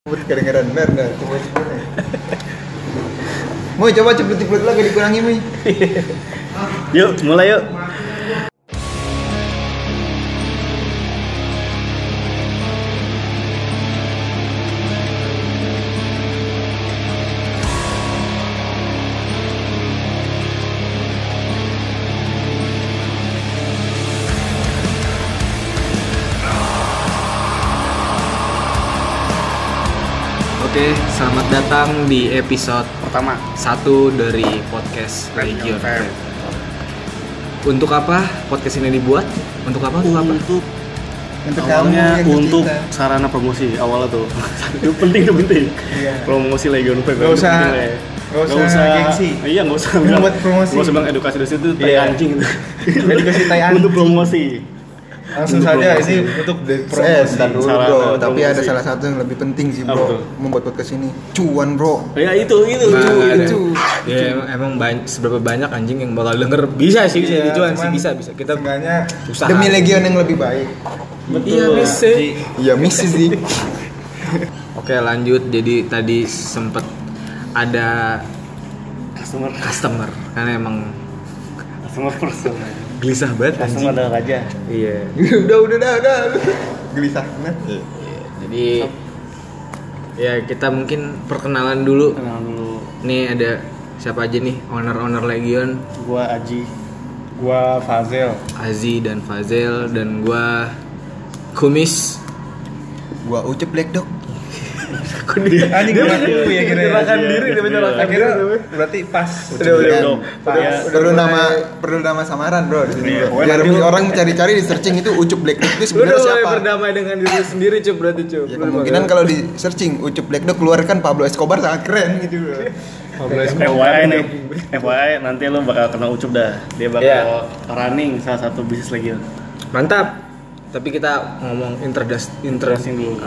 Kadang-kadang benar dah, coba. Mau coba cepet-cepet lagi dikurangi, Mui. Yuk, mulai yuk. Oke, selamat datang di episode Pertama 1 dari podcast Legion Fam. Untuk apa podcast ini dibuat? Untuk apa? Untuk Untuk awalnya kamu yang untuk kita. sarana promosi awalnya tuh. Itu penting. Iya. Promosi Legion Fam. Nggak usah gengsi. Iya, enggak usah Buat promosi. Enggak usah bilang edukasi di situ tai Iya. anjing itu. Edukasi tai anjing. Untuk promosi. Langsung Untuk saja promosi. ini untuk promosi. Ntar dulu, Sarana bro. tapi Promosi. ada salah satu yang lebih penting sih, Apa bro. tuh? Membuat podcast ini cuan, bro. Ya itu. Ya emang seberapa banyak anjing yang bakal denger bisa sih Iya, dijual sih cuman bisa kita Seenggaknya usaha. demi Legion yang lebih baik. Iya bisa. Iya, misi sih. Oke, lanjut. Jadi tadi sempet ada customer karena emang Customer first. gelisah banget anjing. Customer adalah raja. Iya. udah. Gelisah banget. Jadi ya kita mungkin perkenalan dulu. Kenalan dulu. Nih ada siapa aja nih owner Legion? Gua Aji. Gua Fazel. Azi dan Fazel dan gua Kumis. Gua Ucup Black Dog. Dia Anjing dia ngaku ya kira. menyerahkan Iya, diri, dia iya. menyerahkan Akhirnya diri. berarti pas. Udah. Perlu nama samaran, bro, di sini. Iya, Bro. Biar orang cari-cari di searching itu Ucup Black Dog itu Lu sebenarnya udah mulai siapa? berdamai dengan diri sendiri, Cup, berarti, Cup. Ya, kemungkinan kalau di searching Ucup Black Dog keluarkan Pablo Escobar sangat keren gitu, bro. FYI nanti lo bakal kena Ucup dah. Dia bakal Iya. running salah satu bisnis Legion. Mantap. Tapi kita ngomong Introducing dulu.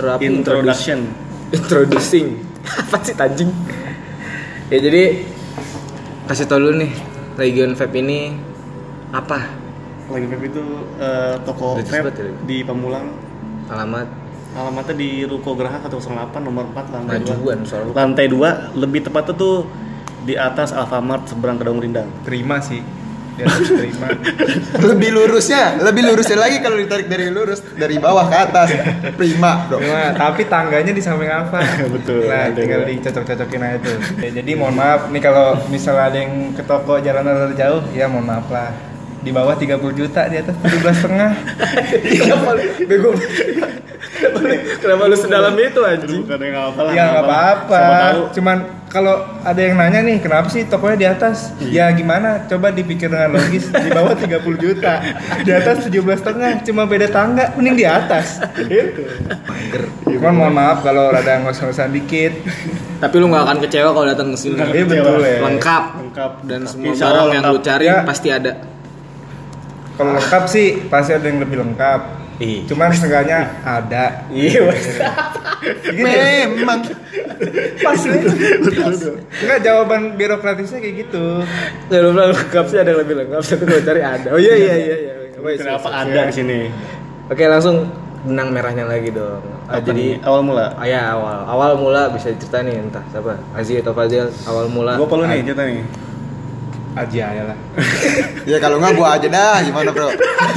Introducing. Apa sih anjing? Ya jadi kasih tau dulu nih, Legion Vape ini apa? Legion Vape itu toko Udah vape cepet ya? di Pamulang. Alamat Alamatnya di Ruko Geraha 108 nomor 4 lantai 2. majuan soal lu. Lantai 2, lebih tepatnya tuh di atas Alfamart seberang Kedung Rindang. Prima sih. Ya, prima. lebih lurusnya lagi kalau ditarik dari bawah ke atas. Prima, bro. Nah, tapi tangganya di samping Alfa. Betul. Nah, tinggal dicocok-cocokin aja tuh. Ya, jadi mohon maaf nih kalau misalnya ada yang ke toko jalan rada jauh, ya mohon maaf lah. Di bawah 30 juta, di atas 17,5. Bego. Kenapa lu sedalam itu anjing? Bukan yang apa lah. Ya nggak apa-apa. Siapa tahu. Cuman kalau ada yang nanya nih, kenapa sih tokonya di atas? Ya gimana? Coba dipikir dengan logis. Di bawah 30 juta, di atas 17,5, cuma beda tangga, mending di atas. Gitu. Cuman mohon maaf kalau rada ngos-ngosan dikit. Tapi lu gak akan kecewa kalau datang ke sini. Iya betul ya. Lengkap Lengkap. dan semua Insya Allah barang yang lengkap. lu cari Ya. pasti ada. Kalau lengkap sih pasti ada yang lebih lengkap. Iya. Cuman seenggaknya ada. Iya. Memang Pas nih. Enggak, jawaban birokratisnya kayak gitu. Ya lu bilang lengkap sih ada yang lebih lengkap, tapi kalau cari ada. Oh iya. Kenapa ada di sini? Oke, langsung benang merahnya lagi dong. Jadi awal mula. ya awal mula bisa diceritain nih, entah siapa, Aziz atau Fazil, awal mula. Gua perlu nih cerita nih. Aja ya lah. ya kalau nggak gua aja dah, gimana, bro?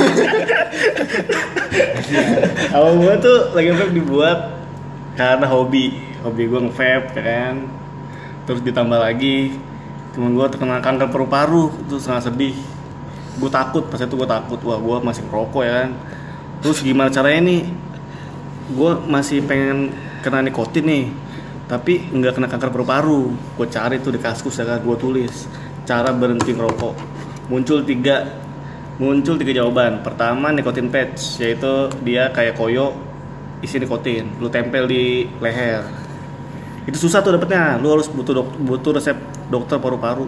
Awal gua tuh Legion Vape dibuat karena hobi gua nge-vape ya kan. Terus ditambah lagi temen gua terkena kanker paru-paru, itu sangat sedih. Gua takut, pas itu gua takut, wah gua masih ngerokok ya kan. Terus gimana caranya nih? Gua masih pengen kena nikotin nih, tapi nggak kena kanker paru-paru. Gua cari tuh di Kaskus ya kan, gua tulis cara berhenti ngerokok. Muncul tiga jawaban. Pertama, nikotin patch, yaitu dia kayak koyo isi nikotin, lu tempel di leher. Itu susah tuh dapetnya, lu harus butuh resep dokter paru-paru.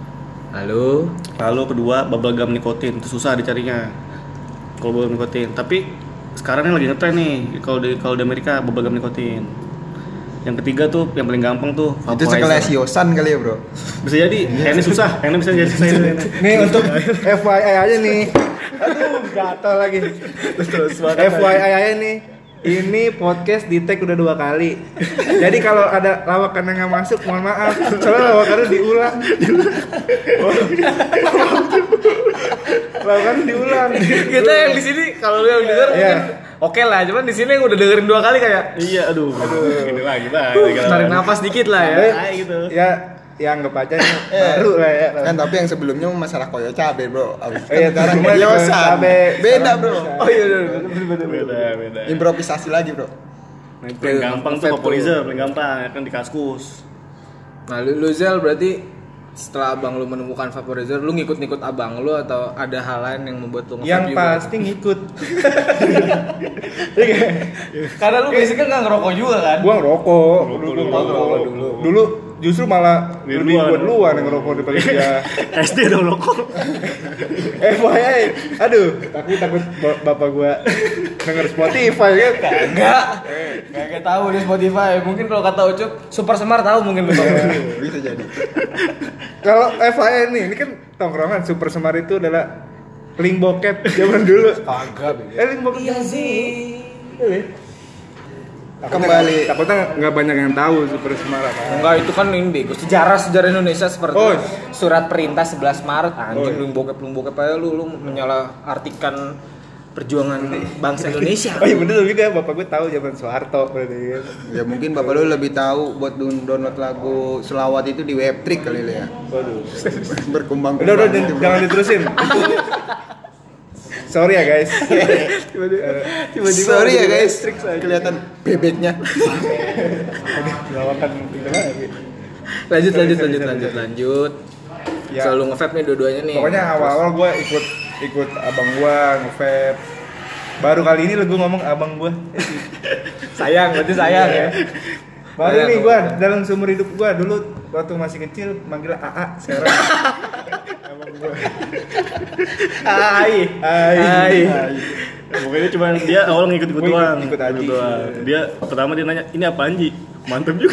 Lalu kedua, bubble gum nikotin, itu susah dicarinya. Kalau bubble gum nikotin, tapi sekarang yang lagi ngetren nih, kalau di Amerika bubble gum nikotin. Yang ketiga tuh yang paling gampang tuh Itu sekelas Yosan kali ya, bro. Bisa jadi, ini susah, ini bisa jadi susah itu. Nih untuk FYI aja nih. Aduh, gatal lagi. Terus FYI aja nih. Ini podcast di tag udah 2 kali. Jadi kalau ada lawakan yang nggak masuk, mohon maaf. Soalnya lawakannya diulang. Lawakannya diulang. Kita yang di sini kalau lu yang denger Iya. oke lah, cuman di sini yang udah dengerin 2 kali kayak Iya, aduh. Gini lagi, Bang. tarik nafas dikit lah ya. Kayak gitu. Ya anggap aja ini baru lah ya. Kan tapi yang sebelumnya masalah koyo cabe, Bro. Iya, Sekarang cuma yosan. cabe. Beda, Bro. Oh iya Beda. Improvisasi lagi, Bro. Nah, paling gampang tuh Vape vaporizer, paling gampang kan di Kaskus. Nah, lu Zel berarti setelah abang lu menemukan vaporizer, lu ngikut-ngikut abang lu atau ada hal lain yang membuat lu Yang nge-vape juga? pasti ngikut. Karena lu basicnya nggak ngerokok juga kan? Gua ngerokok. Dulu. Dulu justru malah Di lebih luar. gua duluan yang ngerokok daripada dia. SD udah ngerokok. FYI, aduh, takut bapak gua denger Spotify kan? Enggak. Enggak tahu di Spotify. Mungkin kalau kata Ucup, Super Semar tahu mungkin lu. Bisa jadi. Kalau FYI nih, ini kan tongkrongan Super Semar itu adalah link bokep zaman dulu. Kagak, Link bokep. Iya sih. Kembali. Takutnya nggak banyak yang tahu Super Semar apa. Enggak, itu kan ini bego. Sejarah Indonesia seperti Oh. surat perintah 11 Maret. Anjing Oh. lu bokep aja lu menyalahartikan perjuangan bangsa Indonesia. Oh iya bener juga, bapak gue tahu zaman Soeharto berarti kan. Ya mungkin bapak lu lebih tahu buat download lagu selawat itu di Webtrick kali lu ya. Waduh. Berkembang. Udah jangan diterusin. Sorry ya guys. Tiba-tiba Sorry ya udah guys, Webtrick saja. kelihatan bebeknya. Lawakan itu lagi. Lanjut. Ya. Selalu nge-vape nih dua-duanya nih. Pokoknya awal-awal gue ikut abang gue nge-vape. Baru kali ini gue ngomong abang gue. sayang, berarti sayang ya. Baru Sayang, nih gue abang. dalam seumur hidup gue dulu waktu masih kecil manggil AA sekarang. Abang gue. Hai. Pokoknya cuma dia awal ngikut-ngikut Gua doang. ikut Aji. doang. Dia pertama dia nanya, "Ini apa Anji?" Mantep juga.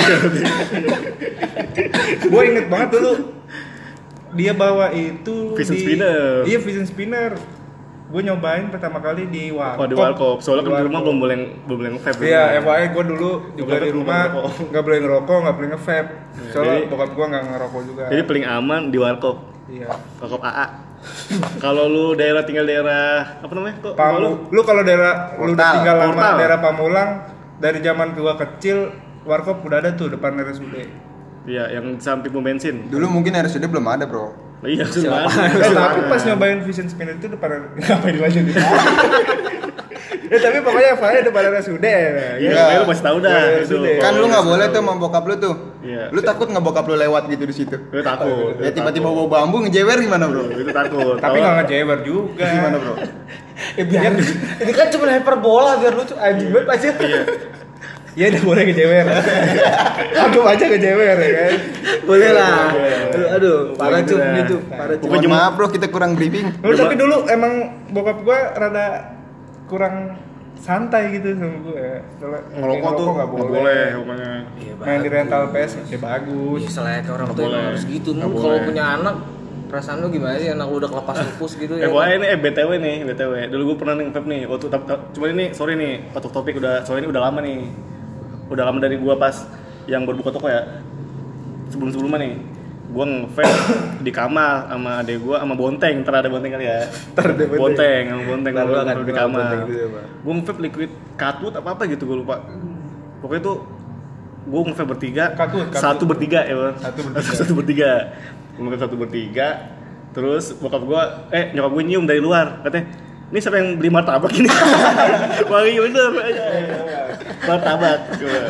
Gue inget banget dulu dia bawa itu Vision spinner. Iya Vision spinner. Gue nyobain pertama kali di Warkop. Oh, di Warkop. Soalnya kan di rumah Warkop. belum boleh nge-vape. Iya, FYI gue dulu juga Nge-vape di belum rumah ngerokok. nggak boleh ngerokok, nggak boleh nge-vape. Soalnya jadi- bokap gue nggak ngerokok juga. Jadi paling aman di Warkop. Iya. Warkop AA. Kalau lu tinggal daerah apa namanya? Kok Lu kalau daerah lu udah Portal. tinggal lama Portal. daerah Pamulang dari zaman gua kecil Warkop udah ada tuh depan RSUD. Iya, yang di samping pom bensin. Dulu mungkin RSUD belum ada, Bro. Iya, sudah. Tapi pas nyobain Vision Spinner itu depan ngapain dilanjutin? Ya tapi pokoknya FYI depan RSUD ya. Iya, lu pasti tahu dah itu. Sudah. Kan lu nggak boleh tuh sama bokap lu tuh. Iya. Lu takut nggak bokap lu lewat gitu di situ? Gue takut. Ya tiba-tiba bawa bambu ngejewer gimana, Bro? Itu takut. Tapi nggak ngejewer juga. Gimana, Bro? Biar ini kan cuma hyperbola biar lucu anjing banget aja. Iya. Ya udah boleh ngejewer. Anggap aja ngejewer ya kan. Boleh lah. Aduh, parah Boleh cup dah. gitu. Parah cup. Mohon maaf, Bro, kita kurang briefing. Tapi dulu emang bokap gua rada kurang santai gitu sama gue. Ngerokok tuh nggak nggak boleh pokoknya. Main di rental PS ya bagus. Iya, selayaknya orang Nggak tua emang boleh. harus gitu. Nggak Lu kalau boleh. punya anak, perasaan lu gimana sih? Anak lu udah kelepas lupus gitu ya? Pokoknya ini BTW nih, BTW. Dulu gue pernah nge-vape nih. Waktu cuman ini sorry nih, waktu topik soalnya ini udah lama nih. Udah lama dari gua pas yang berbuka toko ya. Sebelum-sebelumnya nih. Gua nge-vape di kamar sama adek gua sama Bonteng, ntar ada Bonteng kali ya. Bonteng sama Bonteng Lalu gua akan nge-vape di kenal kamar. Bonteng gitu ya, Pak. Gua nge-vape liquid katut apa gitu gua lupa. Pokoknya tuh gua nge-vape bertiga, Katut. satu bertiga ya, Bang. Satu bertiga. Satu bertiga. Gua nge-vape satu bertiga. Terus nyokap gua nyium dari luar, katanya, "Ini siapa yang beli martabak ini?" Wangi bener. Martabak.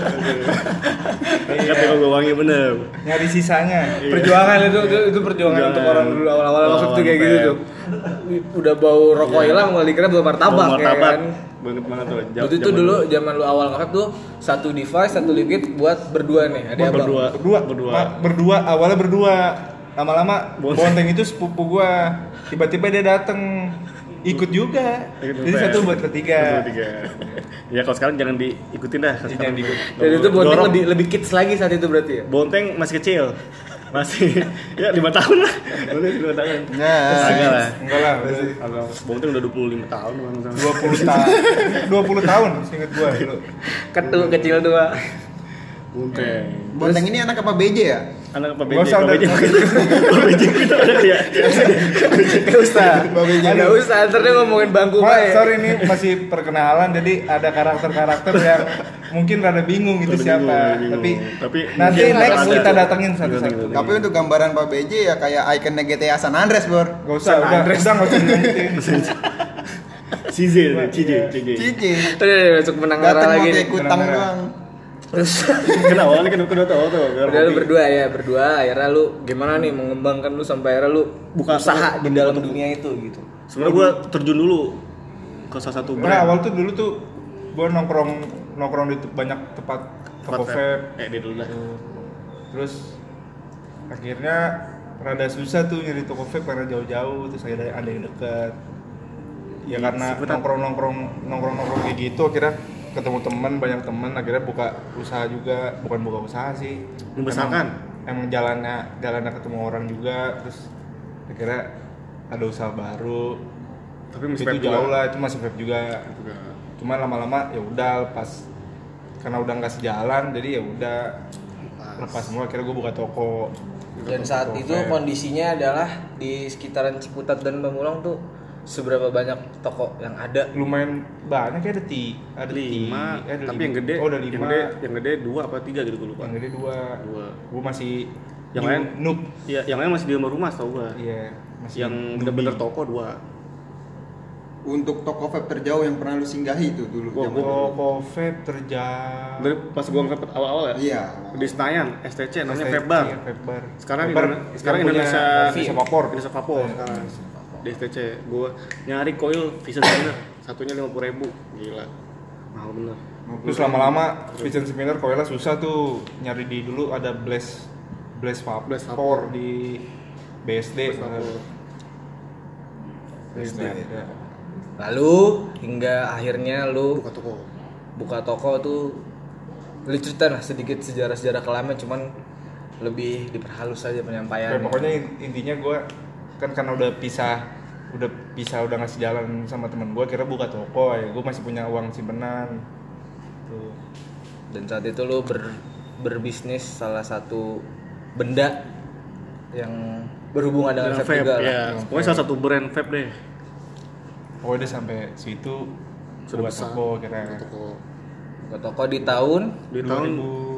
Kata gue wangi bener. Nyari sisanya. Perjuangan itu perjuangan untuk orang dulu awal-awal masuk tuh kayak gitu tuh. Udah bau rokok hilang malah dikira bau martabak ya kan. Banget banget tuh. Waktu itu dulu zaman lu awal nge-vape tuh satu device, satu liquid buat berdua nih. Ada abang. Berdua. Awalnya berdua. Lama-lama Bonteng. Bonteng itu sepupu gua. Tiba-tiba dia dateng ikut juga. Jadi satu buat ketiga. Ya kalau sekarang jangan diikutin dah. Jangan diikut. Dan itu Bonteng Dorong. lebih kids lagi saat itu berarti ya. Bonteng masih kecil. Masih ya 5 tahun lah. Udah 5 tahun. Ya. Agak lah. Enggak lah, Agak Bonteng udah 25 tahun Bang. 20 tahun. 20 tahun seinget gua dulu. Ketu kecil dua. Bonteng. Bonteng ini anak apa BJ ya? Anak apa Nggak usah, udah. BJ kita ada ya. Gak usah. Gak usah. Ntar dia ngomongin bangku Pak, bae. sorry ini masih perkenalan jadi ada karakter-karakter yang mungkin rada bingung itu siapa. Tapi nanti mungkin next ada. kita datengin satu-satu. Tapi untuk gambaran Pak BJ ya kayak ikonnya GTA San Andreas, Bor. Gak usah, udah nggak usah dilanjutin. CJ. CJ. Udah masuk menang Datang lagi pakai nih. kutang Menang-menang. doang. Terus Kan awalnya kan udah tahu tuh. udah lu berdua akhirnya lu gimana nih mengembangkan lu sampai akhirnya lu Buka usaha di dalam dunia itu gitu. Sebenarnya gua terjun dulu ke salah satu Nah, brand. awal tuh dulu tuh gua nongkrong di banyak tempat toko vape. Dia dulu dah. Terus akhirnya rada susah tuh nyari toko vape karena jauh-jauh, terus ada yang dekat. Ya karena Sebentar. nongkrong kayak gitu akhirnya ketemu teman, banyak teman, akhirnya buka usaha juga, bukan buka usaha sih. Membesarkan. Emang jalannya ketemu orang juga, terus akhirnya ada usaha baru. Tapi masih Itu vape jauh juga. lah, itu masih vape juga. Cuma lama-lama ya udah pas karena udah nggak sejalan, jadi ya udah lepas semua. Akhirnya gue buka toko. Dan saat itu vape. kondisinya adalah di sekitaran Ciputat dan Pamulang tuh seberapa banyak toko yang ada? Lumayan banyak ya, ada 5, tapi yang gede, oh, ada 5. yang gede 2 apa 3 gitu gue lupa. Yang gede 2. Dua. Gue masih Yang new- lain? noob. Ya, yang lain masih di rumah tau gua. Iya, masih Yang newbie. bener-bener toko 2. Untuk toko vape terjauh yang pernah lu singgahi itu dulu. Wah, zaman dulu. Toko vape terjauh. Dari pas gua ngepet awal-awal ya. Iya. Di Senayan, STC namanya Vape Bar. Vape bar. Sekarang Vape bar sekarang yang punya Indonesia Vapor. Indonesia Vapor sekarang. Di STC gua nyari coil Vision Spinner, satunya 50.000. Gila. Mahal bener. Terus lama-lama Vision Spinner koilnya susah tuh, nyari di dulu ada Blaze Vapor Vapor. di BSD. Vapor. BSD. Lalu hingga akhirnya lu Buka toko. buka toko tuh, lu cerita lah sedikit sejarah-sejarah kelamnya, cuman lebih diperhalus aja Ya, penyampaiannya. pokoknya intinya gue kan karena udah udah ngasih jalan sama temen gue, kira buka toko ya, gue masih punya uang simpenan tuh. Dan saat itu lu berbisnis salah satu benda yang berhubungan dengan vape juga lah. Ya, pokoknya salah satu brand vape deh. Pokoknya udah sampai situ Sudah buat besar. toko kira Toko. Buka toko di tahun Di tahun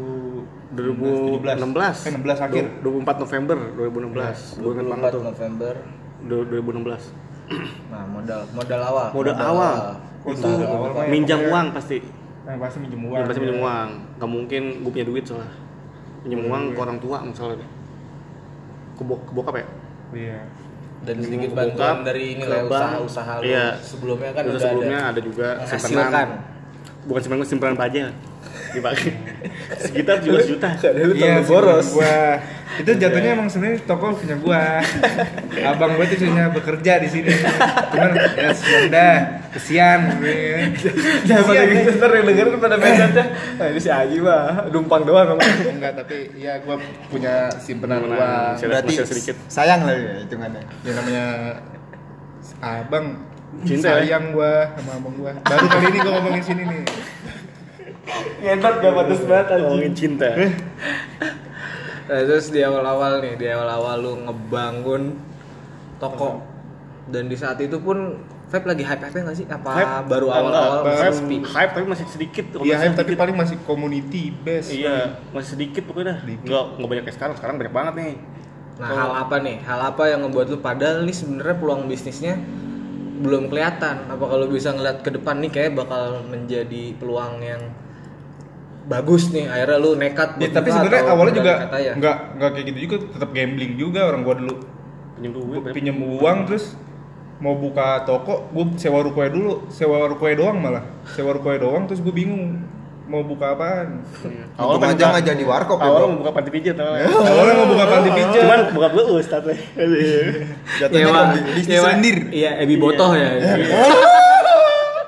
2016 16 akhir 24 November 2016. Gue ingat banget 24 tuh. November. 2016. Nah, modal awal. Modal awal. Itu Itu awal mah ya, minjam pokoknya- uang pasti. pasti minjem uang. Ya, pasti minjem uang. Gak mungkin gue punya duit soalnya. Minjem uang ke orang tua misalnya. Ke bokap ya? Iya. Dan sedikit Bokap, bantuan dari ini ke lah bank. usaha-usaha lu. Iya. Sebelumnya kan Terus udah sebelumnya ada juga menghasilkan. simpenan. Bukan simpenan baja. Dipakai. Sekitar 17 juta. Iya, boros. Gua itu jatuhnya emang sebenarnya toko punya gua. Abang gua tuh cuma bekerja di sini. Cuman ya sudah, kesian gue. Jangan pada gitu ntar yang denger pada mindsetnya. Nah ini si Aji mah numpang doang sama. Enggak, tapi ya gue punya simpenan uang. Berarti Masih sedikit. sayang lah ya hitungannya. Ya namanya Abang Cinta, sayang gua sama abang gua. Baru kali ini gua ngomongin sini nih. Ngentot gak pantas banget Ngomongin cinta. Nah, terus di awal-awal lu ngebangun toko. Dan di saat itu pun vape lagi hype-hype nggak sih? Apa baru awal-awal Hype, sepi? hype tapi masih sedikit. Iya, Masih tapi sedikit. paling masih community base. Iya, masih sedikit pokoknya dah. Nggak banyak kayak sekarang. Sekarang banyak banget nih. Nah, hal apa nih? Hal apa yang ngebuat lu padahal nih sebenarnya peluang bisnisnya belum kelihatan. Apa kalau bisa ngeliat ke depan nih kayak bakal menjadi peluang yang bagus nih. Akhirnya lu nekat Ya, buat tapi buka sebenarnya atau awalnya benar juga kata ya? nggak kayak gitu juga, tetap gambling juga orang gua dulu. Pinjam duit. Beb. Pinjem uang terus mau buka toko, gua sewa rukonya dulu, sewa rukonya doang malah. Sewa rukonya doang terus gua bingung mau buka apaan. Untung aja nggak jadi warkop ya, Awalnya bro. mau buka panti pijat awalnya. Awalnya mau buka panti pijat. Cuman buka gue ustad. Jatuhnya Nyewa, bisnis nyewa- lendir. Iya, Ebi Botoh ya. Sebenarnya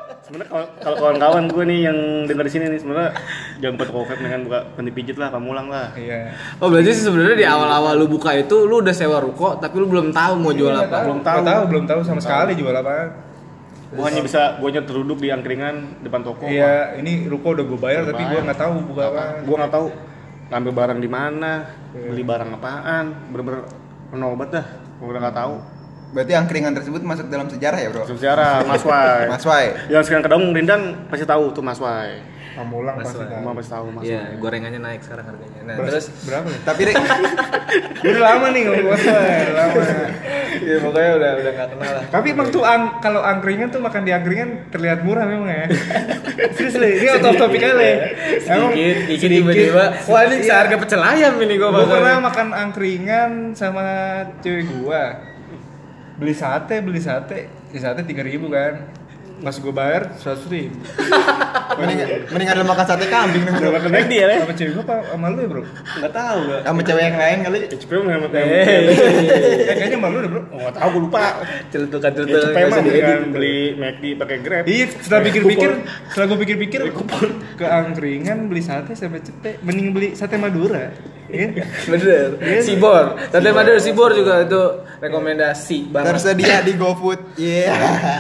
Kalau kawan-kawan gue nih yang denger di sini nih sebenarnya jangan buka toko vape dengan buka ganti pijit lah, pamulang lah. Iya. Oh berarti sih sebenarnya di awal-awal lu buka itu lu udah sewa ruko tapi lu belum tahu mau jual apa. Belum tahu sama sekali jual apa. Gue hanya bisa, gue hanya teruduk di angkringan depan toko. Iya, ini ruko udah gue bayar tapi gue nggak tahu buka apa. Gue nggak tahu ngambil barang di mana, beli barang apaan, bener-bener nol banget dah. Gue udah nggak tahu. Berarti angkringan tersebut masuk dalam sejarah ya, Bro? Sejarah Mas Wai. Mas Wai. Yang sekarang Kedong Rindang pasti tahu tuh Mas Wai. Pamulang pasti tahu. Semua pasti tahu Mas Iya, Wai. gorengannya naik sekarang harganya. Nah, terus Berapa nih? Tapi Rek, Udah lama nih ngomong udah lama. ya pokoknya udah enggak kenal lah. Tapi emang tuh kalau angkringan tuh makan di angkringan terlihat murah memang ya. Serius Le, ini out of topic aja Le. Emang Dikit tiba-tiba wah ini seharga pecel ayam ini gua Gua pernah makan. makan angkringan sama cewek gua. Beli sate, ya sate 3.000 kan. Pas gua bayar 100.000. mendingan lu makan sate kambing nih, Bro. Udah makan McD ya, Le? Sama cewek gua apa sama lu ya, Bro? Nggak tahu gua. Sama cewek yang lain kali. Cepet nggak makan Kayaknya sama lu deh, Bro. nggak tahu, gue lupa. Celutukan Ya cepet mah dengan beli McD pakai Grab. Iya, setelah gua pikir-pikir ke angkringan beli sate sampai cepet, mending beli sate Madura. Iya. Bener. Sibor. Sate Madura Sibor juga itu rekomendasi banget. Tersedia di GoFood. Iya.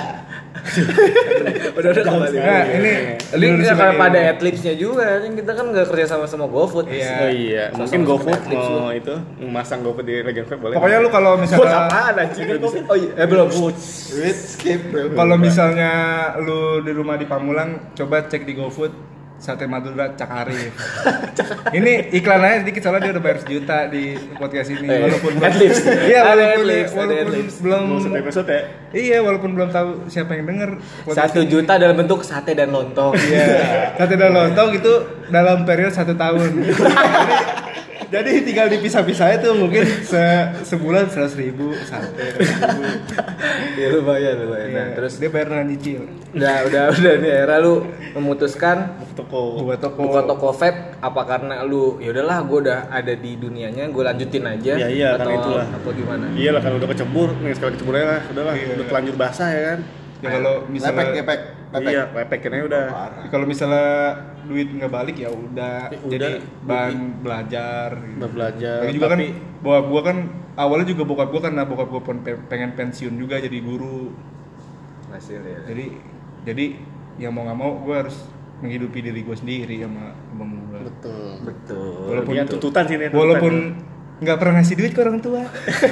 Udah kembali. Nah, ini Ini karena pada adlibsnya juga, kan kita kan nggak kerja sama GoFood. Iya. Oh iya, mungkin Sama-sama GoFood Netflix lu. mau itu memasang GoFood di Legend Vape boleh. Pokoknya lu kalau Buat misalnya apaan anjing? Oh iya, belum. Wait, skip, Bro. kalau misalnya lu di rumah di Pamulang, coba cek di GoFood sate Madura Cak Arif. Ini iklan aja sedikit soalnya dia udah bayar 1 juta di podcast ini. Walaupun adlibs. Iya, Ada walaupun adlibs, ada walaupun adlibs. belum Mau episode ya? Iya, walaupun belum tahu siapa yang denger podcast 1 ini. juta dalam bentuk sate dan lontong. Iya. Sate dan lontong itu dalam periode 1 tahun. Jadi tinggal dipisah-pisah itu mungkin sebulan 100.000 sate. Ya lumayan. Nah, Terus dia bayar dengan nyicil. udah nih era lu memutuskan Toko. Buat toko. buka toko vape apa karena lu ya udahlah gue udah ada di dunianya gue lanjutin aja Ya, iya, atau kan itulah. apa gimana? Iya lah kan udah kecebur, nih sekali kecebur aja lah, udah lah, udah telanjur basah ya kan. Ya kalau misalnya Lepek. Iya, lepeknya udah. kalau misalnya duit nggak balik ya udah Ya udah. jadi bahan belajar gitu. Udah belajar. Lagi juga tapi kan bokap gua kan awalnya juga bokap gua karena bokap gua pengen pensiun juga jadi guru. Hasil ya. Jadi ya mau nggak mau gua harus menghidupi diri gua sendiri sama abang gua. betul. Walaupun Iya, tuntutan sih ini. Walaupun nggak pernah ngasih duit ke orang tua.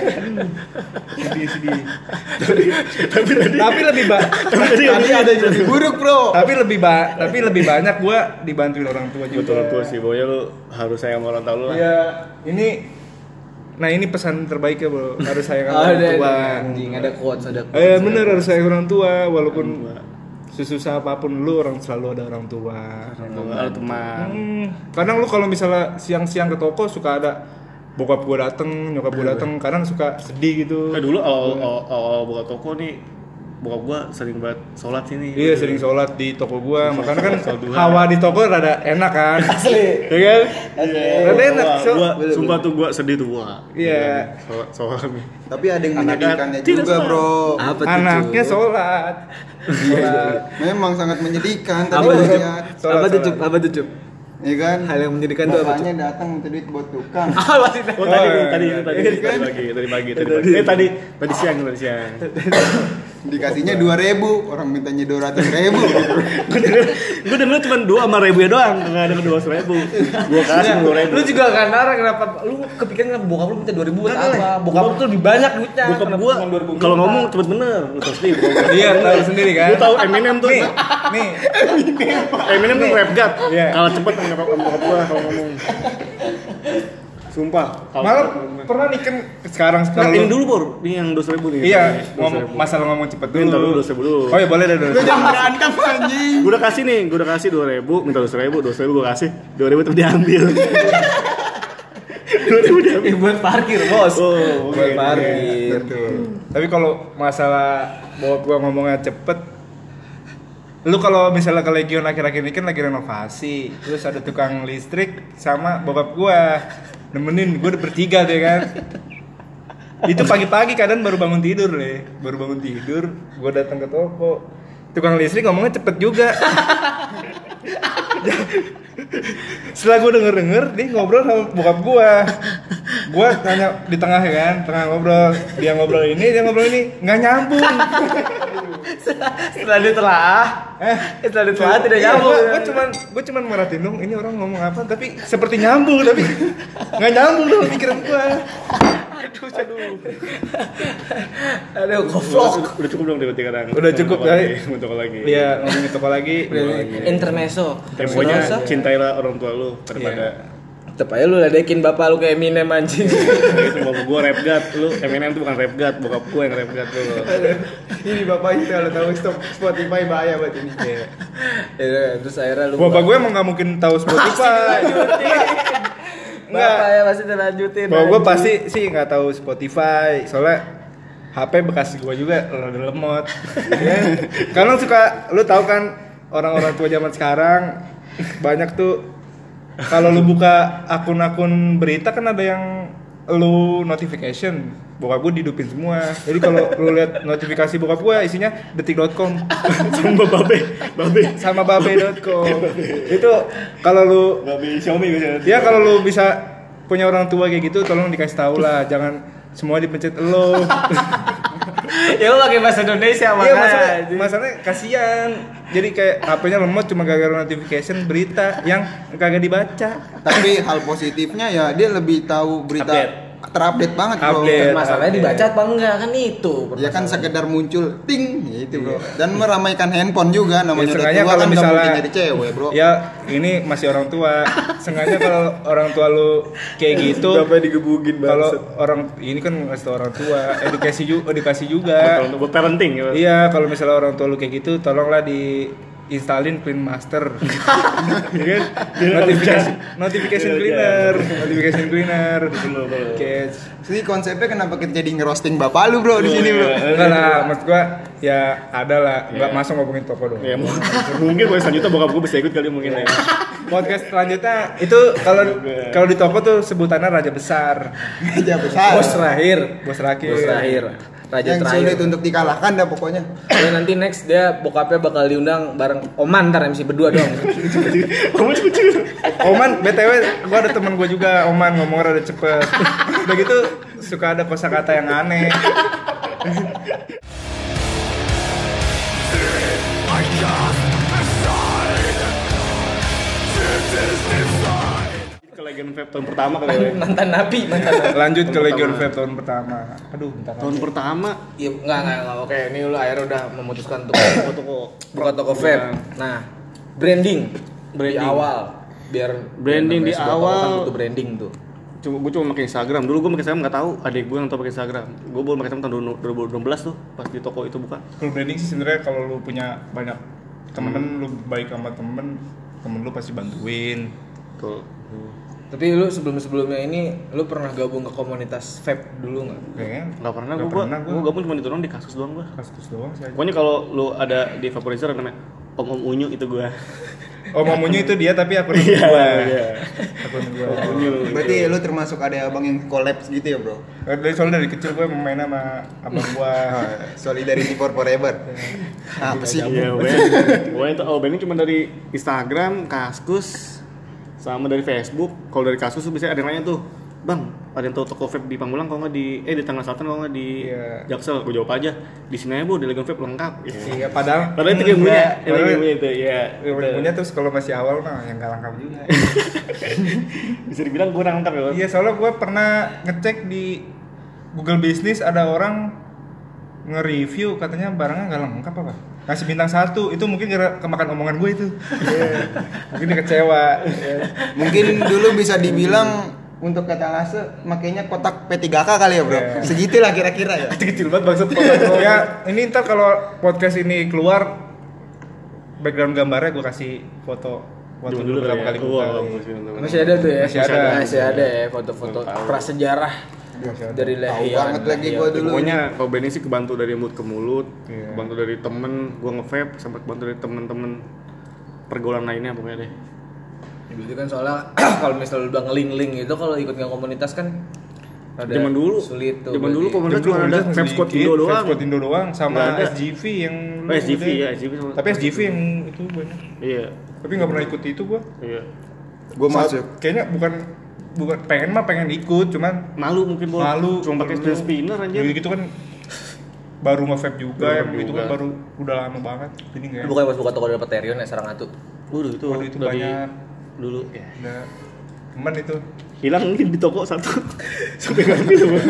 sedih. Tapi lebih Tadi ada yang lebih buruk, Bro. tapi lebih banyak gua dibantuin orang tua juga. betul betul sih, pokoknya lu harus sayang sama orang tua lu lah. Iya, ini pesan terbaik ya, Bro. Harus sayang sama Oh, orang tua. anjing ada quotes. Bener harus sayang orang tua walaupun sesusah apapun lu selalu ada orang tua. Ada teman. Kadang lu kalau misalnya siang-siang ke toko suka ada bokap gua dateng, nyokap gua dateng, kadang suka sedih gitu. Dulu awal buka toko nih, bokap gua sering banget sholat sini. Iya, sering sholat di toko gua, makanya kan sholat duha. hawa di toko rada enak kan. Asli. Iya kan? Rada enak. Gua sumpah tuh gua sedih tuh gua. Iya. Sholat nih. Tapi ada yang menyedihkannya tidak juga, salah. Bro. Apa tuh? Anaknya sholat. Iya. Memang sangat menyedihkan tadi Apa gua tuh? lihat. Apa tuh Cup? Apa tuh Cup? Iya kan? Hal yang menyedihkan tuh apa tuh? Bapaknya datang minta duit buat tukang. Ah masih Oh tadi pagi. Tadi siang. Dikasihnya 2.000, orang mintanya 200.000 gitu. Gue denger cuma 2.000 doang, nggak ada 200.000. Gue kasih 10.000. Lu juga kan Nara kenapa lu kepikiran kenapa bokap lu minta 2.000 buat apa? Bokap lu tuh lebih banyak duitnya. Bokap kenapa gua cuma 2.000? kalau ngomong cepet bener, lu tau sendiri. Iya, tahu sendiri kan. Gue tau Eminem tuh. Nih, Eminem tuh rap god. Iya. Kalau cepet sama bokap gua kalau ngomong. Sumpah. malah pernah nih kan sekarang Nah, ini lu- dulu Bor, ini yang 2.000 nih. Iya, masalah ngomong cepet Minta dulu. dulu 2.000 dulu. Oh iya boleh deh dulu. Gue jangan berantem anjing. Gue udah kasih 2.000, minta 2.000 gue kasih, 2.000 tetap diambil. 2.000 diambil. Buat parkir, Bos. Oh, Buat parkir. Tapi kalau masalah bokap gua ngomongnya cepet, lu kalau misalnya ke Legion akhir-akhir ini kan lagi renovasi, terus ada tukang listrik sama bokap gua nemenin gua udah bertiga deh kan. Itu pagi-pagi kadang baru bangun tidur, gua datang ke toko. tukang listrik ngomongnya cepet juga. Setelah gue denger dia ngobrol sama bokap gue tanya di tengah ya kan, tengah ngobrol, dia ngobrol ini nggak nyambung. Setelah ditelaah tidak nyambung. Gue cuman merhatiin dong, ini orang ngomong apa, tapi seperti nyambung, tapi nggak nyambung dong pikiran gue. Aduh, goblok. Udah cukup dong berarti kadang. Udah cukup kali. Untuk lagi. Iya, ngomongin toko lagi. Intermezzo. Pokoknya cintailah orang tua lu daripada Tetep aja lu ledekin bapak lu kayak Eminem anjing. itu bapak gua rap god, lu Eminem tuh bukan rap god, bokap gua yang rap god tuh. Ini bapak itu kalau tahu stop Spotify bahaya buat ini. Ya, terus akhirnya lu Bapak gue emang nggak mungkin tahu Spotify. Bapak ya pasti dilanjutin. Bapak gue pasti sih nggak tahu Spotify, soalnya HP bekas gue juga rada lemot. Ya. Karena suka, lu tahu kan orang-orang tua zaman sekarang banyak tuh kalau lu buka akun-akun berita kan ada yang lu notification, bokap gue dihidupin semua. Jadi kalau lu lihat notifikasi bokap gue isinya detik.com sama babe.com. Itu kalau lu Xiaomi gitu. ya kalau lu bisa punya orang tua kayak gitu, tolong dikasih tahu lah, jangan semua dipencet lo. Ya lu pakai bahasa Indonesia Iya, makanya. masalahnya kasihan. Jadi kayak HP-nya lemot cuma gara-gara notification berita yang kagak dibaca. Tapi hal positifnya ya dia lebih tahu berita terupdate banget bro. Update. Masalahnya dibaca apa enggak kan itu. Ya kan sekedar muncul ting gitu bro. Dan meramaikan handphone juga namanya udah Seenggaknya tua kalau kan nggak misalnya mungkin jadi cewek bro. Ya ini masih orang tua. Seenggaknya kalau orang tua lu kayak gitu, digebugin kalau orang ini kan ngasih tau orang tua, edukasi juga. Buat parenting ya. Iya, kalau misalnya orang tua lu kayak gitu, tolonglah di instalin Clean Master. Ya kan? Notification cleaner. Oke. Jadi konsepnya kenapa kita jadi ngerosting bapak lu bro di sini bro? Enggak lah, maksud gua ya ada lah, enggak masuk ngomongin toko dong. Ya mungkin kalau selanjutnya bokap gue bisa ikut kali mungkin ya. Podcast selanjutnya itu kalau di toko tuh sebutannya raja besar. Aja besar. Bos terakhir. Raja Yang terakhir. sulit untuk dikalahkan dah pokoknya. Ya nanti next dia bokapnya bakal diundang bareng Oman, ntar MC berdua dong. Oman, BTW gua ada teman gua juga, Oman ngomong rada cepet. Udah gitu suka ada kosakata yang aneh. Ke Legion Vape tahun pertama kali ya. mantan napi. Lanjut ke Legion Vape tahun pertama. Aduh, bentar. Tahun pertama Iya, enggak. Oke, ini lu akhirnya udah memutuskan untuk buka toko vape. Iya. Nah, branding di awal biar Branding di sebuah toko kan awal. butuh branding tuh. gue cuma pakai Instagram. Dulu gue pakai Instagram nggak tahu, adik gue yang tahu pakai Instagram. Gue baru pakai Instagram tahun 2016 tuh, pas di toko itu buka. Full branding sih sebenarnya kalau lu punya banyak temen, lu baik sama temen lu pasti bantuin. Tuh. Tapi lu sebelumnya ini lu pernah gabung ke komunitas vape dulu nggak? Kayaknya Nggak pernah Nggak gue. pernah gua. Gue gabung cuma di doang di kasus doang gue. kasus doang sih aja. Pokoknya kalau lu ada di vaporizer namanya Om Unyu itu gue. Oh, Mamunyu itu dia tapi akun Iya, gua. iya. Akun gua. Berarti lu termasuk ada abang yang collabs gitu ya bro? Soalnya dari kecil gue main sama abang gua. Solidarity for forever. Apa sih? Iya, gue itu branding cuma dari Instagram, Kaskus, sama dari Facebook. Kalau dari Kaskus tuh biasanya ada yang nanya tuh, Bang, ada yang tahu toko vape di Pamulang kalau nggak di Tangerang Selatan kalau nggak di Iya. Jaksel? Gue jawab aja, di sini aja bu, di Legion Vape lengkap. Iya, padahal Padahal itu yang punya, Padahal yang punya itu, ya. yang punya terus kalau masih awal mah yang nggak lengkap juga. Bisa dibilang kurang lengkap ya. Bang? Iya, soalnya gue pernah ngecek di Google Business ada orang nge-review katanya barangnya nggak lengkap apa? Kasih bintang 1, itu mungkin kemakan omongan gue itu. Mungkin dia kecewa. Mungkin dulu bisa dibilang untuk katalase makainya kotak P3K kali ya bro? Iya. Segitulah kira-kira ya. Kecil banget maksud ya, ini ntar kalau podcast ini keluar background gambarnya gue kasih foto dulu berapa kali gue Masih ada tuh ya? Masih ada. ya foto-foto prasejarah dari Tahu Lehian. banget lagi gua dulu. Pokoknya kalau branding sih kebantu dari mulut ke mulut, Iya. kebantu dari temen, gue nge-vape, sampai kebantu dari temen-temen pergaulan lainnya pokoknya deh. Ya, berarti kan soalnya kalau misalnya udah ngeling-ling itu kalau ikut ke komunitas kan rada Zaman dulu. sulit tuh. Zaman dulu berarti. komunitas cuma ada Vape Squad Indo doang. Vape Squad Indo doang sama Nggak ada. SGV yang Oh, SGV gede. ya, SGV sama. Tapi SGV yang itu banyak. Iya. Tapi nggak pernah ikut itu gua. Iya. Gue masuk. Kayaknya bukan pengen ikut, cuman Malu mungkin Bor. malu. Cuma pakai spinner anjir. Gitu kan baru nge-vape juga, Baru yang vape itu juga. kan baru udah lama banget. Jadi nggak. Bukannya pas buka toko dapet Terion ya Sarangatu. Waduh itu. Waduh, itu dari banyak. dulu. Ya. Udah teman itu. Hilang mungkin di toko satu. Sampai ngambil Bor.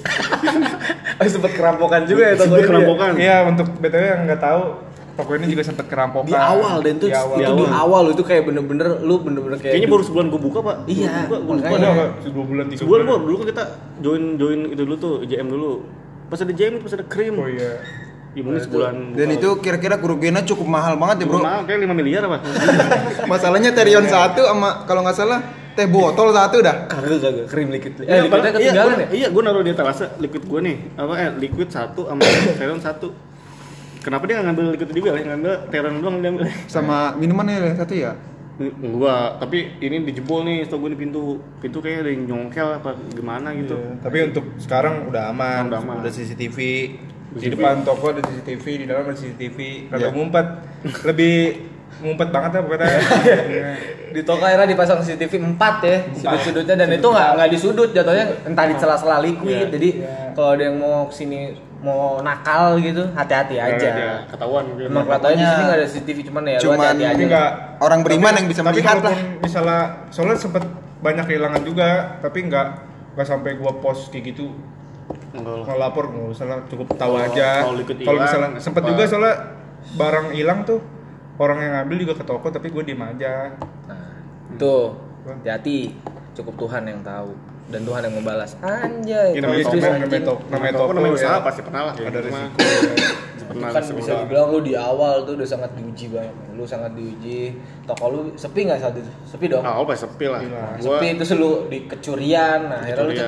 Sempet kerampokan juga ya Sempet kerampokan. Iya, untuk BTW yang nggak tahu, toko ini juga sempat kerampokan. Di awal dan tuh Di awal. itu di awal itu kayak bener-bener kayak Kayaknya baru sebulan gue buka pak. Iya, Gue buka. makanya. Ada nggak? 2 bulan 3 Sebulan Bor. Dulu kan kita join itu dulu tuh IJM dulu. Pas ada JM pas ada krim. Oh iya. Ya mungkin sebulan. Dan itu kira-kira kerugiannya cukup mahal banget ya bro. Mahal kayak 5 miliar apa? Masalahnya Terion 1 sama kalau nggak salah teh botol 1 dah. kagak krim liquid. Iya, Liquidnya ketinggalan ya? Iya, gue naruh di etalase liquid gue nih. Liquid 1 sama Teron 1. Kenapa dia nggak ngambil liquid juga? Ngambil Teron doang dia ambil. Sama minuman ya 1 ya. Gua, tapi ini dijebol nih, setahu gue di pintu kayak ada yang nyongkel apa gimana gitu. Iya. Tapi untuk sekarang udah aman. Udah aman. Udah CCTV. Di depan toko ada CCTV, di dalam ada CCTV. Rada ngumpet. Lebih ngumpet banget lah pokoknya. Iya. Di toko akhirnya dipasang CCTV 4 ya sudut-sudutnya dan itu nggak di sudut jatuhnya entah di sela-sela liquid. Iya. Jadi kalau ada yang mau kesini mau nakal gitu hati-hati aja. Dia ketahuan mungkin. Emang kelihatannya di sini nggak ada CCTV cuman ya lu Cuman hati-hati Tapi aja. nggak Orang beriman yang bisa tapi melihat lah. kalaupun misalnya soalnya sempet banyak kehilangan juga, tapi nggak sampai gua post kayak gitu. Enggak lah. Ngelapor nggak usah lah, cukup tahu Kalau- aja. kalau liquid Kalau hilang, misalnya sempet apa- juga soalnya barang hilang tuh orang yang ngambil juga ke toko tapi gue diem aja. Nah, tuh hati-hati cukup Tuhan yang tahu dan Tuhan yang membalas. Anjay. Ini namanya itu toko, anjing. namanya Toko namanya ya. usaha pasti pernah lah. Ada Cuma resiko. pernah Kan sebulan. bisa dibilang lu di awal tuh udah sangat diuji banget. Lu sangat diuji. Toko lu sepi nggak saat itu? Sepi dong. Ah, pasti sepi lah. Sepi lah. Gua Sepi itu selalu di kecurian. Nah, akhirnya lu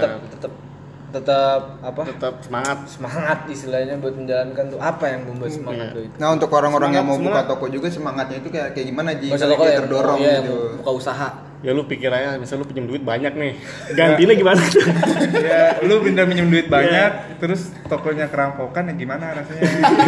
tetap apa? tetap semangat. Semangat istilahnya buat menjalankan tuh apa yang membuat semangat Iya. lu itu. Nah untuk orang-orang yang mau Semangat, buka toko juga semangatnya itu kayak gimana Ji? Masa Kayak toko yang terdorong iya, gitu. yang buka usaha. Ya lu pikir aja, misal lu pinjam duit banyak nih. Gantinya gimana? Ya, lu minjem duit banyak, terus tokonya kerampokan ya gimana rasanya?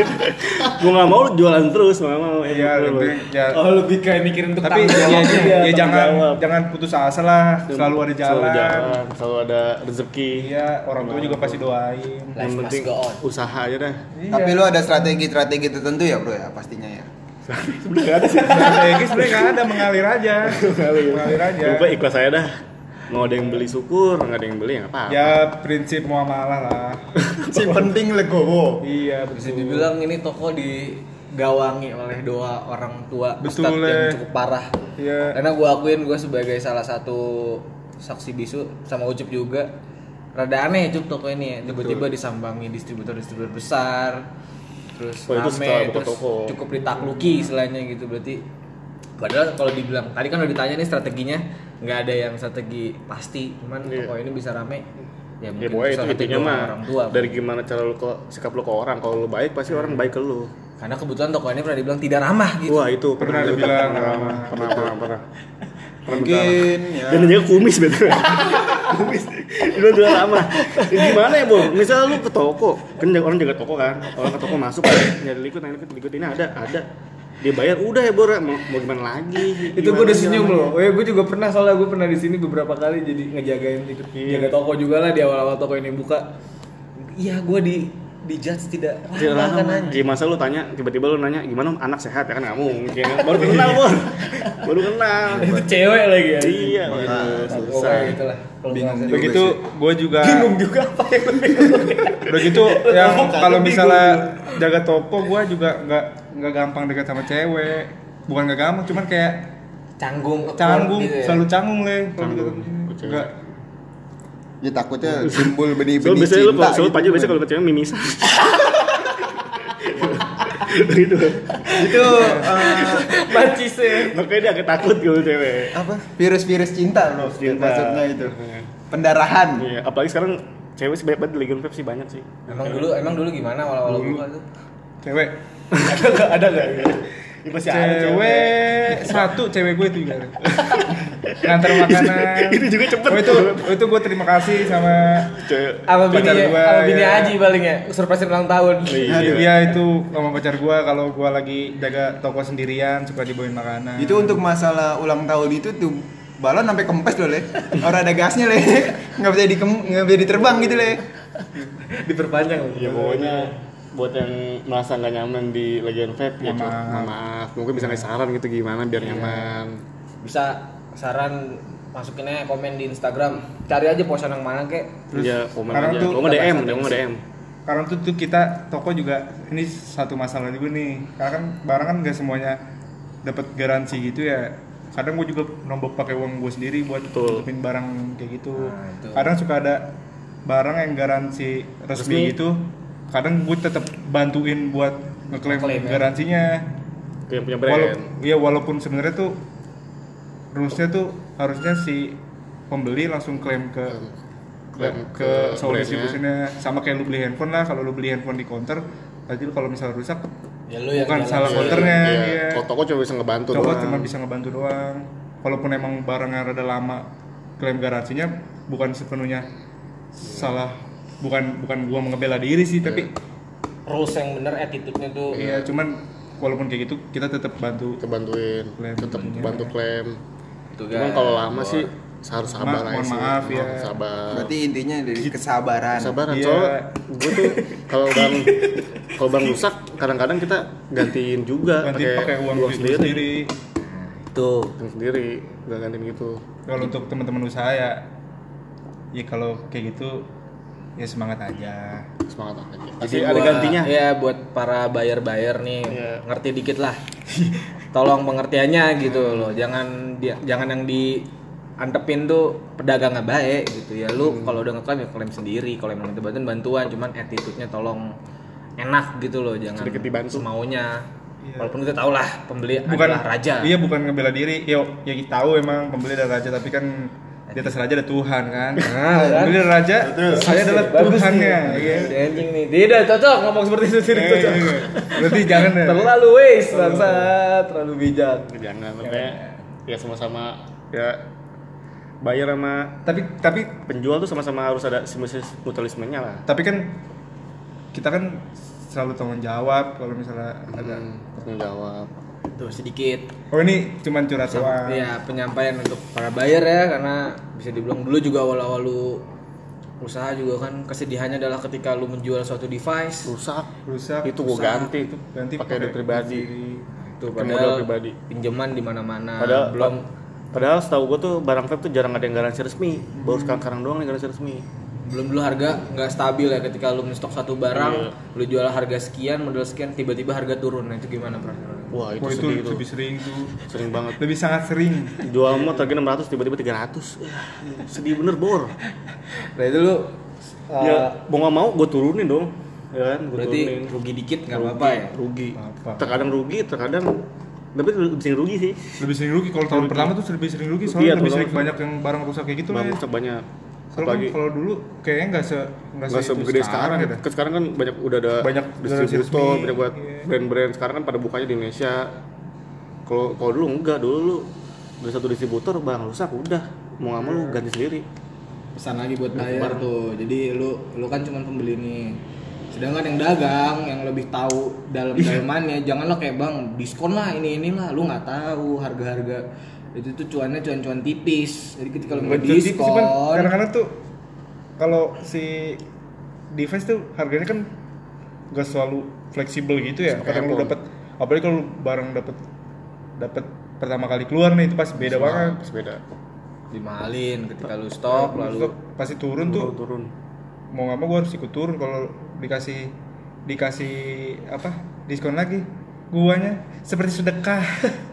Gua nggak mau lu jualan terus, nggak mau. Iya, lebih ya. Oh, lebih kayak mikirin untuk Tapi ya jangan putus asa lah, selalu ada jalan. Selalu ada rezeki. Iya, orang tua juga pasti doain. Life Yang must penting go on. usaha aja dah. Tapi lu ada strategi-strategi tertentu ya bro ya pastinya ya. Sebenarnya nggak ada sih. Strategi sebenarnya nggak ada, mengalir aja. Mengalir aja. Coba ikhlas saya dah. Mau ada yang beli syukur, nggak ada yang beli ya nggak apa-apa. Ya prinsip muamalah lah. Si penting legowo. Iya, Bisa betul. dibilang ini toko digawangi oleh doa orang tua Betul, ustadz yang Le. cukup parah. Iya. Karena gue akuin gue sebagai salah satu saksi bisu sama Ucup juga. Rada aneh Cup toko ini ya. Tiba-tiba disambangi distributor-distributor besar. Terus Oh, itu setelah rame, buka terus toko. cukup ditakluki istilahnya gitu berarti. Padahal kalau dibilang tadi kan udah ditanya nih strateginya nggak ada yang strategi pasti, cuman Iya. toko ini bisa rame. Ya Ya mungkin pokoknya itu salah satu intinya doa mah orang tua. dari gimana cara lu ke sikap lu ke orang. Kalau lu baik pasti orang baik ke lu. Karena kebetulan toko ini pernah dibilang tidak ramah gitu. Wah itu Pernah dibilang pernah. Mungkin ya. Dan jaga kumis betul. Kumis. Itu udah lama. Ya, gimana ya, Bro? Misal lu ke toko, kan orang jaga toko kan. Orang ke toko masuk kan, nyari liquid ini ada. Dia bayar udah ya, Bro. Mau gimana lagi? Itu gue udah senyum loh. Gue juga pernah soalnya gue pernah di sini beberapa kali jadi ngejagain itu. Iya. Jaga toko juga lah di awal-awal toko ini buka. Iya, gue di judge tidak ramah kan anjing. Iya, masa lu tanya, tiba-tiba lu nanya gimana anak sehat ya kan nggak mungkin. Baru kenal, Bor. Baru kenal. Itu cewek lagi ya. Iya, susah. Pokoknya gitu lah. Kalau Bingung bahasa- juga. begitu gue juga Bingung juga apa yang lu bingung. begitu yang Toko kalau bingung. misalnya jaga toko gue juga nggak gampang dekat sama cewek. Bukan nggak gampang, cuman kayak Canggung, canggung, gitu ya. selalu canggung Le. Kalau Canggung, dekat ke cewek. nggak Ya takutnya timbul benih-benih Soalnya biasanya lu cinta kalau gitu. Paju biasanya kalau cewek mimisan. Gitu. Itu Bacis ya. Makanya dia agak takut kalau cewek. apa? Virus-virus cinta loh. Cinta. Maksudnya itu. Pendarahan. Iya, apalagi sekarang cewek sih banyak banget di Legion Vape sih banyak sih. Emang dulu gimana awal-awal buka tuh? cewek. Ada enggak? Ya, masih ada Cewek satu cewek gue itu juga. nganter makanan. Itu juga cepet. Itu gue terima kasih sama Apa pacar bini gua, apa bini ya. Aji paling ya, surprise ulang tahun. Aduh, ya itu sama pacar gue kalau gue lagi jaga toko sendirian suka dibawain makanan. Itu untuk masalah ulang tahun itu tuh balon sampai kempes loh le. Orang ada gasnya le. Nggak bisa diterbang gitu le. Diperpanjang. Ya pokoknya buat yang merasa nggak nyaman di Legion Vape ya maaf. Mungkin bisa ngasih saran gitu gimana biar nyaman. Bisa saran masukinnya komen di Instagram. Cari aja posan yang mana kek. Iya, komen sekarang aja. tuh Lo nge-DM, DM. Karena tuh kita toko juga ini satu masalah juga nih. Karena kan barang kan nggak semuanya dapat garansi gitu ya. Kadang gue juga nombok pakai uang gue sendiri buat tutupin barang kayak gitu. Kadang suka ada barang yang garansi resmi gitu. Kadang gue tetap bantuin buat ngeklaim garansinya. Yang punya brand. Walaupun sebenarnya tuh rulesnya tuh harusnya si pembeli langsung klaim ke soal distribusinya, sama kayak lu beli handphone lah. Kalau lu beli handphone di counter, nanti lu kalau misalnya rusak Ya lu yang bukan jalan. salah counternya. Iya. Kalau toko cuma bisa ngebantu Toko doang. cuma bisa ngebantu doang. Walaupun emang barangnya rada lama, klaim garansinya bukan sepenuhnya salah. Bukan gua ngebela diri sih, tapi Rules yang bener, attitude-nya tuh. iya cuman walaupun kayak gitu kita tetap bantu. Kita bantuin, Klaim. tetap bantu klaim. Tuh, Cuman guys. kalau lama sih harus sabar aja Mohon sih. maaf ya. Sabar. Berarti intinya dari kesabaran. Sabaran. Iya. Soalnya gue tuh kalau bang rusak kadang-kadang kita gantiin juga Ganti pakai uang duit sendiri. Tuh. Gantiin sendiri, nggak gantiin gitu. Kalau untuk teman-teman usaha ya kalau kayak gitu ya semangat aja. Semangat aja. Jadi Pasti ada gantinya. Ya buat para buyer nih, Iya. ngerti dikit lah. Tolong pengertiannya gitu loh. Jangan yang diantepin tuh pedagang nggak baik gitu ya. Lu kalau udah ngeklaim ya klaim sendiri. Kalau emang itu bantuan, cuman attitude-nya tolong enak gitu loh. Jangan Sedikit dibantu. semaunya. Iya. Walaupun kita tahu lah pembeli adalah raja. Iya, bukan ngebela diri. Ya kita tahu emang pembeli adalah raja, tapi kan di atas raja ada Tuhan kan. Pembeli adalah raja, saya adalah Tuhannya. Iya. Si anjing nih. Tidak cocok ngomong seperti itu tidak cocok. Berarti jangan ya. Terlalu waste bangsa, terlalu bijak. Jangan makanya ya sama-sama ya buyer sama Tapi penjual tuh sama-sama harus ada mutualismenya lah. tapi kan kita kan selalu tanggung jawab kalau misalnya ada. Tanggung jawab. Tuh sedikit Oh ini cuman curhat doang. ya penyampaian untuk para buyer ya, karena bisa dibilang dulu juga awal-awal lu usaha juga kan kesedihannya adalah ketika lu menjual suatu device Rusak. Itu gua ganti pakai duit pribadi. itu Pakai modal padahal pribadi. pinjaman di mana-mana Padahal Padahal setahu gue tuh barang vape tuh jarang ada yang garansi resmi. Baru sekarang doang nih garansi resmi. belum dulu harga nggak stabil ya, ketika lu stok satu barang lu jual harga sekian, modal sekian, tiba-tiba harga turun. Nah itu gimana perasaan? Wah itu Oh, itu sedih tuh. lebih sering tuh. Sering banget. Lebih sangat sering. Jual mau target 600 tiba-tiba 300. Sedih bener bor. Nah itu lu Ya mau nggak mau gue turunin dong. Ya kan, gue berarti turunin. rugi dikit nggak apa-apa ya? Rugi. Apa? Terkadang rugi, terkadang tapi lebih sering rugi sih. Lebih sering rugi kalau tahun pertama tuh lebih sering rugi Iya, soalnya lebih tahun sering pertama. banyak yang barang rusak kayak gitu lah. Bang Ya. rusak banyak. Kalau Apalagi kalau dulu kayaknya nggak nggak segede sekarang gitu. ya. Sekarang kan banyak udah ada Banyak distributor, resmi, banyak buat iya. brand-brand. Sekarang kan pada bukanya di Indonesia. Kalau dulu enggak, dulu dari satu distributor barang rusak udah mau nggak mau lu ganti sendiri. Pesan lagi buat buyer tuh, jadi lu kan cuma pembeli nih, sedangkan yang dagang yang lebih tahu dalam-dalamannya jangan lo kayak bang diskon lah inilah, lu nggak tahu harga-harga itu tuh cuannya cuan tipis. Jadi ketika lu nggak Jadi cuman diskon, kadang-kadang tuh kalau si device tuh harganya kan gak selalu fleksibel gitu ya. Kadang lu dapat, apalagi kalau lu barang dapat pertama kali keluar nih itu pasti beda banget. Pasti beda. dimahalin ketika lu stok lalu Stok pasti turun tuh. Turun. Mau nggak mau gue harus ikut turun kalau dikasih apa diskon lagi. Guanya seperti sedekah.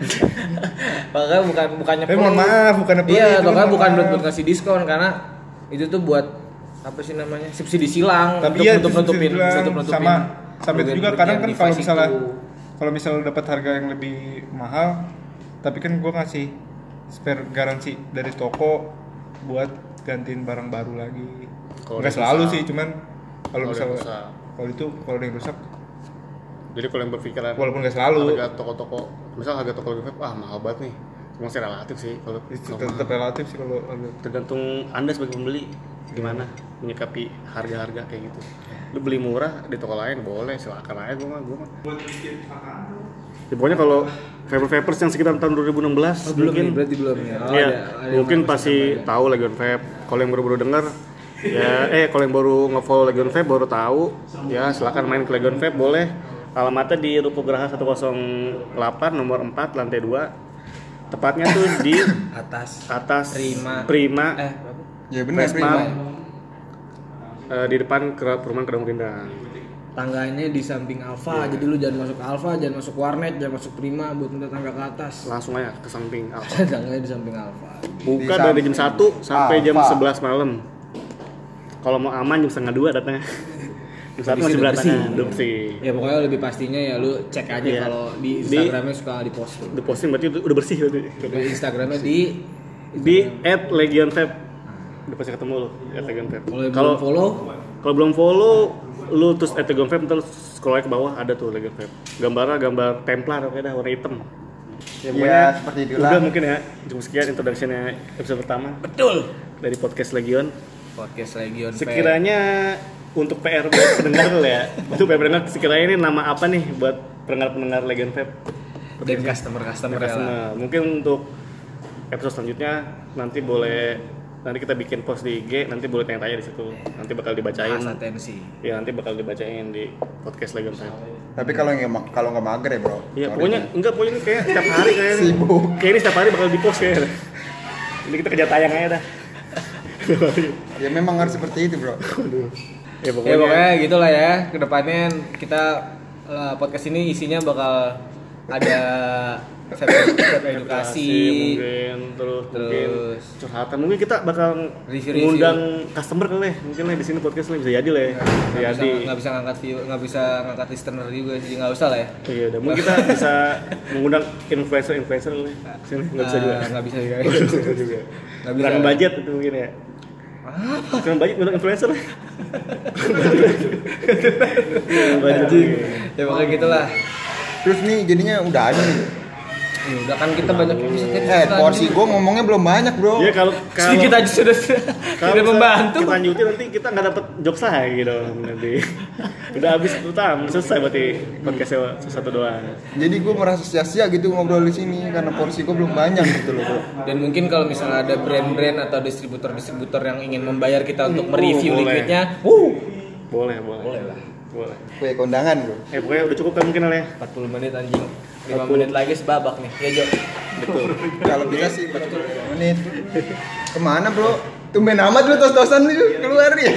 makanya bukannya Mohon maaf, bukannya pelit, iya itu makanya mohon bukan maaf. buat kasih diskon, karena itu tuh buat apa sih namanya, subsidi silang Tapi ya untuk nutupin sama itu juga kadang kan kalau misalnya dapat harga yang lebih mahal, tapi kan gue ngasih spare garansi dari toko buat gantiin barang baru lagi. Kalau Nggak ada selalu rusak. sih, cuman kalau Kalau ada misalnya rusak. kalau ada yang rusak, Jadi kalau yang berpikiran walaupun nggak selalu. harga toko-toko, misal harga toko lebih vape, mahal banget nih. Masih relatif sih kalau Tetap relatif sih kalau tergantung Anda sebagai pembeli gimana menyikapi harga-harga kayak gitu. Lu beli murah di toko lain boleh, silakan aja gua mah. Ya, pokoknya kalau vapers yang sekitar tahun 2016 belum mungkin nih, berarti belum ya. iya, mungkin pasti tahu Legion Vape. Kalau yang baru-baru denger ya kalau yang baru nge-follow Legion Vape baru tahu ya silakan main ke Legion Vape boleh. Alamatnya di Ruko Geraha 108 nomor 4 lantai 2. Tepatnya tuh di atas Prima Ya benar Vesmart. Di depan perumahan Kedung Rindang. Tangganya di samping Alfa, jadi lu jangan masuk Alfa, jangan masuk Warnet, jangan masuk Prima buat minta tangga ke atas. Langsung aja ke samping Alfa. Tangganya di samping Alfa. Buka dari jam 1 sampai jam 11 malam. Kalau mau aman jam setengah 2 datangnya. Jam 1 masih berantakan, bersih. Ya pokoknya lebih pastinya ya lu cek aja kalau di Instagramnya suka diposting. Diposting berarti udah bersih berarti. Di Instagramnya di @legionvape. Udah pasti ketemu lu @legionvape. Kalau belum follow lu terus @legionvape ntar scroll ke bawah ada tuh Legion Vape. Gambarnya gambar Templar kayak dah warna hitam. Ya seperti itulah. Udah mungkin ya. Cukup sekian introduction-nya episode pertama. Betul. Dari podcast Legion. Legion Vape. Sekiranya untuk PR buat pendengar dulu ya. Untuk PR pendengar sekiranya ini nama apa nih buat pendengar Legion Vape? Dan customer ya. Mungkin untuk episode selanjutnya nanti kita bikin post di IG, nanti boleh tanya-tanya di situ. Nanti bakal dibacain. Atensi. Ya, nanti bakal dibacain di podcast Legion Vape. Tapi kalau nggak mager ya bro. Iya, pokoknya kayak setiap hari kayak sibuk. Kayak ini setiap hari bakal di-post kayak. Ini kita kerja tayang aja dah. Ya memang harus seperti itu bro. Ya pokoknya gitulah ya. Kedepannya kita podcast ini isinya bakal ada edukasi mungkin curhatan, mungkin kita bakal ngundang customer kali mungkin lah di sini podcast lah bisa jadi lah ya. Nggak bisa ngangkat listener juga jadi nggak usah lah ya. Iya udah mungkin kita bisa mengundang influencer lah sini nggak bisa juga nggak bisa juga nggak bisa budget itu mungkin ya kurang budget ngundang influencer lah ya pokoknya gitulah. Terus nih jadinya udah ada nih. Ya udah kan kita banyak episode. Porsi gue ngomongnya belum banyak bro. Iya kalau kita aja sudah membantu. Kita lanjutin nanti kita nggak dapet jokes lagi gitu nanti. Udah habis selesai berarti podcastnya satu doang. Jadi gue merasa sia-sia gitu ngobrol di sini karena porsi gue belum banyak gitu loh bro. Dan mungkin kalau misalnya ada brand-brand atau distributor yang ingin membayar kita untuk mereview liquidnya, boleh lah. Boleh. Kue kondangan bro. Pokoknya udah cukup kan mungkin lah ya. 40 menit anjing. 5 menit lagi sebabak nih. Ya Jo. Betul. Kalau bisa sih 40 menit. Kemana bro? Tumben amat lu tos-tosan lu keluar nih.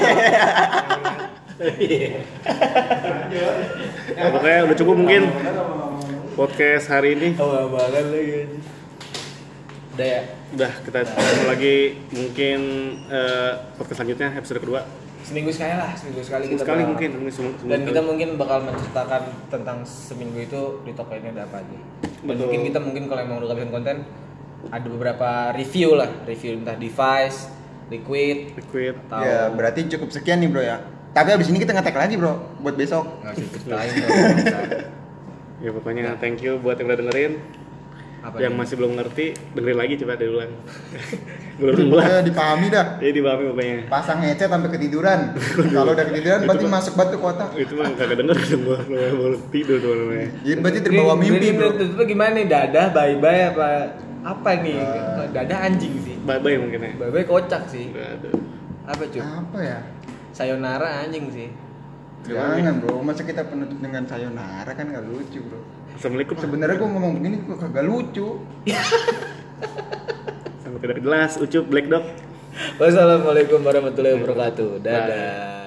Pokoknya udah cukup mungkin podcast hari ini. Banget lagi. Udah ya. Udah kita ketemu lagi mungkin podcast selanjutnya episode kedua. Seminggu sekali kita mungkin dan kita mungkin bakal menceritakan tentang seminggu itu di toko ini ada apa aja. Dan mungkin kalau emang udah kehabisan konten ada beberapa review entah device, liquid atau ya berarti cukup sekian nih bro ya. Tapi abis ini kita ngetek lagi bro buat besok. Nggak usah ceritain Ya pokoknya thank you buat yang udah dengerin. Yang masih belum ngerti dengerin lagi coba dari ulang. Pokoknya dipahami dah. Iya dipahami pokoknya. Pasang headset sampai ketiduran. Kalau udah ketiduran berarti masuk batu kotak. Itu mah kagak denger gua baru tidur tuh namanya. Jadi berarti terbawa mimpi bro. Itu gimana nih, dadah bye-bye apa nih? Dadah anjing sih. Bye-bye mungkin ya. Bye-bye kocak sih. Aduh. Apa cuy? Apa ya? Sayonara anjing sih. Jangan bro, masa kita penutup dengan sayonara kan gak lucu bro. Assalamualaikum. Sebenarnya gue ngomong begini gue kagak lucu. Sangat tidak jelas, ucup Black Dog. Wassalamualaikum warahmatullahi wabarakatuh. Dadah.